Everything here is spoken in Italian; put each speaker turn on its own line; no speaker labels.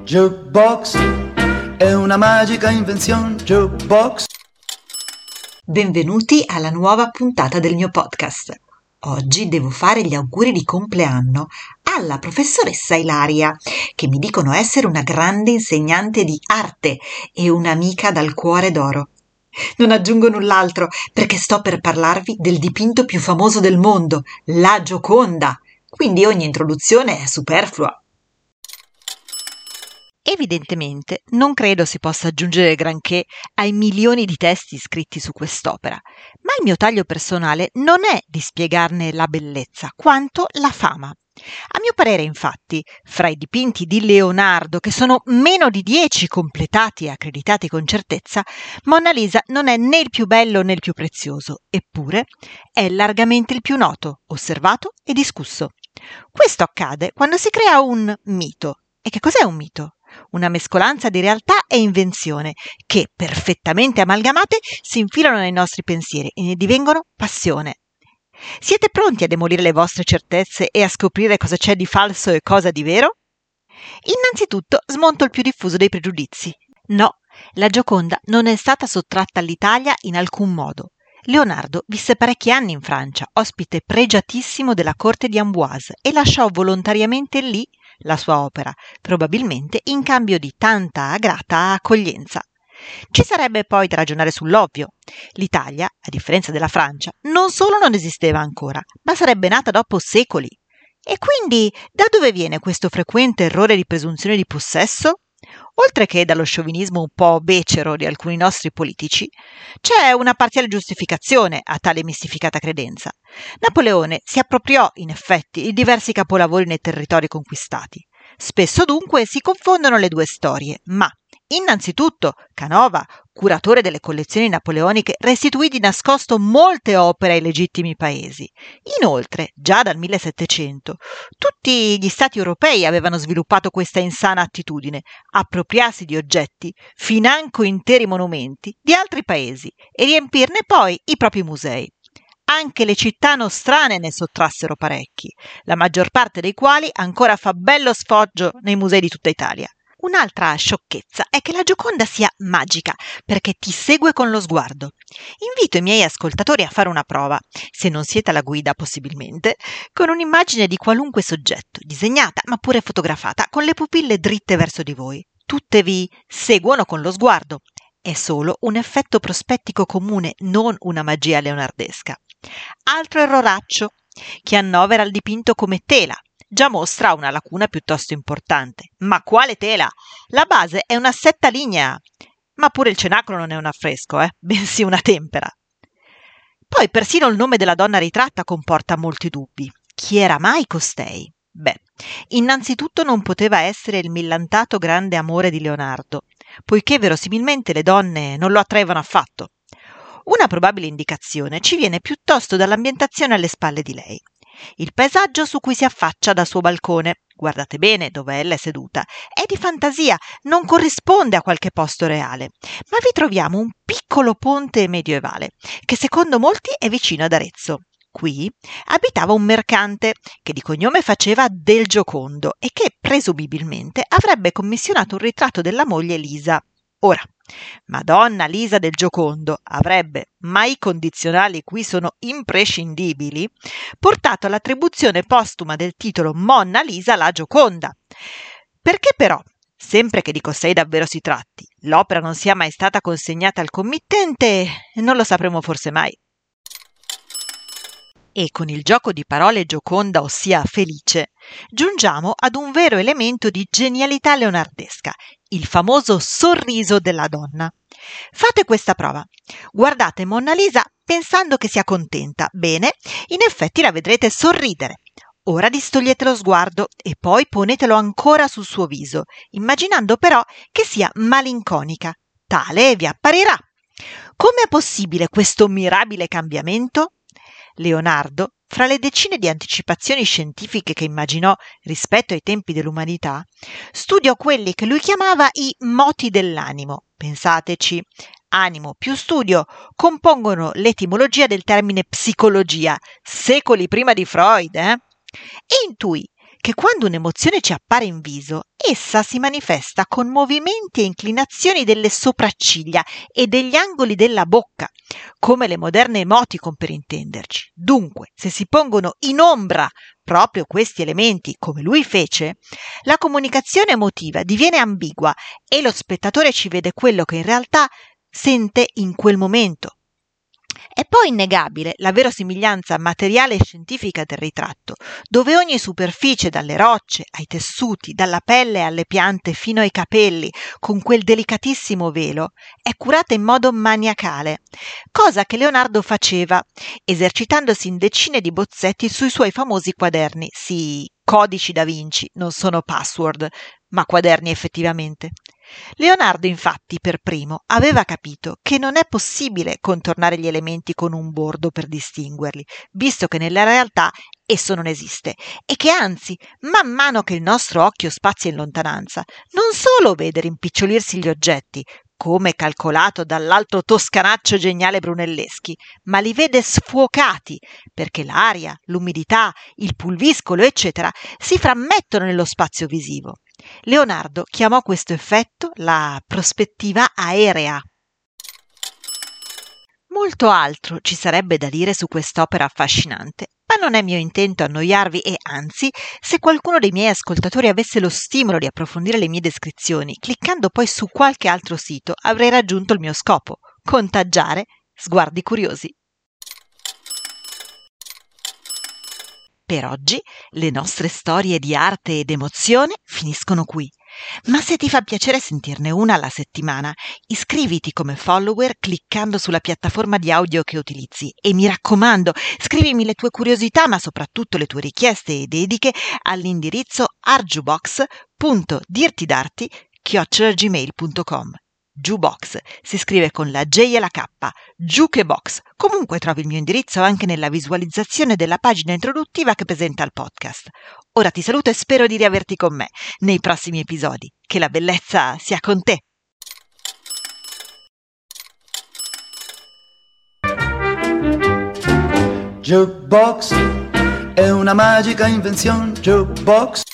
Jukebox è una magica invenzione. Jukebox.
Benvenuti alla nuova puntata del mio podcast. Oggi devo fare gli auguri di compleanno alla professoressa Ilaria, che mi dicono essere una grande insegnante di arte e un'amica dal cuore d'oro. Non aggiungo null'altro perché sto per parlarvi del dipinto più famoso del mondo, la Gioconda, quindi ogni introduzione è superflua. Evidentemente non credo si possa aggiungere granché ai milioni di testi scritti su quest'opera, ma il mio taglio personale non è di spiegarne la bellezza, quanto la fama. A mio parere, infatti, fra i dipinti di Leonardo, che sono meno di 10 completati e accreditati con certezza, Monna Lisa non è né il più bello né il più prezioso, eppure è largamente il più noto, osservato e discusso. Questo accade quando si crea un mito. E che cos'è un mito? Una mescolanza di realtà e invenzione che, perfettamente amalgamate, si infilano nei nostri pensieri e ne divengono passione. Siete pronti a demolire le vostre certezze e a scoprire cosa c'è di falso e cosa di vero? Innanzitutto smonto il più diffuso dei pregiudizi. No, la Gioconda non è stata sottratta all'Italia in alcun modo. Leonardo visse parecchi anni in Francia, ospite pregiatissimo della corte di Amboise, e lasciò volontariamente lì la sua opera, probabilmente in cambio di tanta grata accoglienza. Ci sarebbe poi da ragionare sull'ovvio. L'Italia, a differenza della Francia, non solo non esisteva ancora, ma sarebbe nata dopo secoli. E quindi da dove viene questo frequente errore di presunzione di possesso? Oltre che dallo sciovinismo un po' becero di alcuni nostri politici, c'è una parziale giustificazione a tale mistificata credenza. Napoleone si appropriò, in effetti, di diversi capolavori nei territori conquistati. Spesso dunque si confondono le due storie, ma innanzitutto Canova, curatore delle collezioni napoleoniche, restituì di nascosto molte opere ai legittimi paesi. Inoltre, già dal 1700, tutti gli stati europei avevano sviluppato questa insana attitudine, appropriarsi di oggetti, financo interi monumenti, di altri paesi e riempirne poi i propri musei. Anche le città nostrane ne sottrassero parecchi, la maggior parte dei quali ancora fa bello sfoggio nei musei di tutta Italia. Un'altra sciocchezza è che la Gioconda sia magica, perché ti segue con lo sguardo. Invito i miei ascoltatori a fare una prova, se non siete alla guida possibilmente, con un'immagine di qualunque soggetto, disegnata ma pure fotografata, con le pupille dritte verso di voi. Tutte vi seguono con lo sguardo. È solo un effetto prospettico comune, non una magia leonardesca. Altro erroraccio, chi annovera il dipinto come tela. Già mostra una lacuna piuttosto importante. Ma quale tela? La base è una setta lignea. Ma pure il cenacolo non è un affresco, bensì una tempera. Poi persino il nome della donna ritratta comporta molti dubbi. Chi era mai costei? Beh, innanzitutto non poteva essere il millantato grande amore di Leonardo, poiché verosimilmente le donne non lo attraevano affatto. Una probabile indicazione ci viene piuttosto dall'ambientazione alle spalle di lei. Il paesaggio su cui si affaccia dal suo balcone, guardate bene dove ella è seduta, è di fantasia, non corrisponde a qualche posto reale, ma vi troviamo un piccolo ponte medievale, che secondo molti è vicino ad Arezzo. Qui abitava un mercante che di cognome faceva del Giocondo e che presumibilmente avrebbe commissionato un ritratto della moglie Lisa. Ora, Madonna Lisa del Giocondo avrebbe, ma i condizionali qui sono imprescindibili, portato all'attribuzione postuma del titolo Monna Lisa la Gioconda. Perché però, sempre che di costei davvero si tratti, l'opera non sia mai stata consegnata al committente, non lo sapremo forse mai. E con il gioco di parole Gioconda, ossia felice, giungiamo ad un vero elemento di genialità leonardesca, il famoso sorriso della donna. Fate questa prova. Guardate Monna Lisa pensando che sia contenta. Bene, in effetti la vedrete sorridere. Ora distogliete lo sguardo e poi ponetelo ancora sul suo viso, immaginando però che sia malinconica. Tale vi apparirà. Come è possibile questo mirabile cambiamento? Leonardo, fra le decine di anticipazioni scientifiche che immaginò rispetto ai tempi dell'umanità, studiò quelli che lui chiamava i moti dell'animo. Pensateci, animo più studio compongono l'etimologia del termine psicologia, secoli prima di Freud, e intuì che quando un'emozione ci appare in viso, essa si manifesta con movimenti e inclinazioni delle sopracciglia e degli angoli della bocca, come le moderne emoticon per intenderci. Dunque, se si pongono in ombra proprio questi elementi, come lui fece, la comunicazione emotiva diviene ambigua e lo spettatore ci vede quello che in realtà sente in quel momento. È poi innegabile la verosimiglianza materiale e scientifica del ritratto, dove ogni superficie, dalle rocce ai tessuti, dalla pelle alle piante fino ai capelli, con quel delicatissimo velo, è curata in modo maniacale, cosa che Leonardo faceva, esercitandosi in decine di bozzetti sui suoi famosi quaderni, sì, codici da Vinci, non sono password, ma quaderni effettivamente. Leonardo, infatti, per primo aveva capito che non è possibile contornare gli elementi con un bordo per distinguerli, visto che nella realtà esso non esiste, e che anzi, man mano che il nostro occhio spazia in lontananza, non solo vede rimpicciolirsi gli oggetti, come calcolato dall'altro toscanaccio geniale Brunelleschi, ma li vede sfuocati, perché l'aria, l'umidità, il pulviscolo, eccetera, si frammettono nello spazio visivo. Leonardo chiamò questo effetto la prospettiva aerea. Molto altro ci sarebbe da dire su quest'opera affascinante, ma non è mio intento annoiarvi e anzi, se qualcuno dei miei ascoltatori avesse lo stimolo di approfondire le mie descrizioni, cliccando poi su qualche altro sito, avrei raggiunto il mio scopo: contagiare sguardi curiosi. Per oggi le nostre storie di arte ed emozione finiscono qui. Ma se ti fa piacere sentirne una alla settimana, iscriviti come follower cliccando sulla piattaforma di audio che utilizzi e mi raccomando, scrivimi le tue curiosità, ma soprattutto le tue richieste e dediche all'indirizzo arjubox.dirtidarti@gmail.com. Jukebox si scrive con la J e la K, Jukebox. Comunque trovi il mio indirizzo anche nella visualizzazione della pagina introduttiva che presenta il podcast. Ora ti saluto e spero di riaverti con me nei prossimi episodi. Che la bellezza sia con te!
Jukebox è una magica invenzione. Jukebox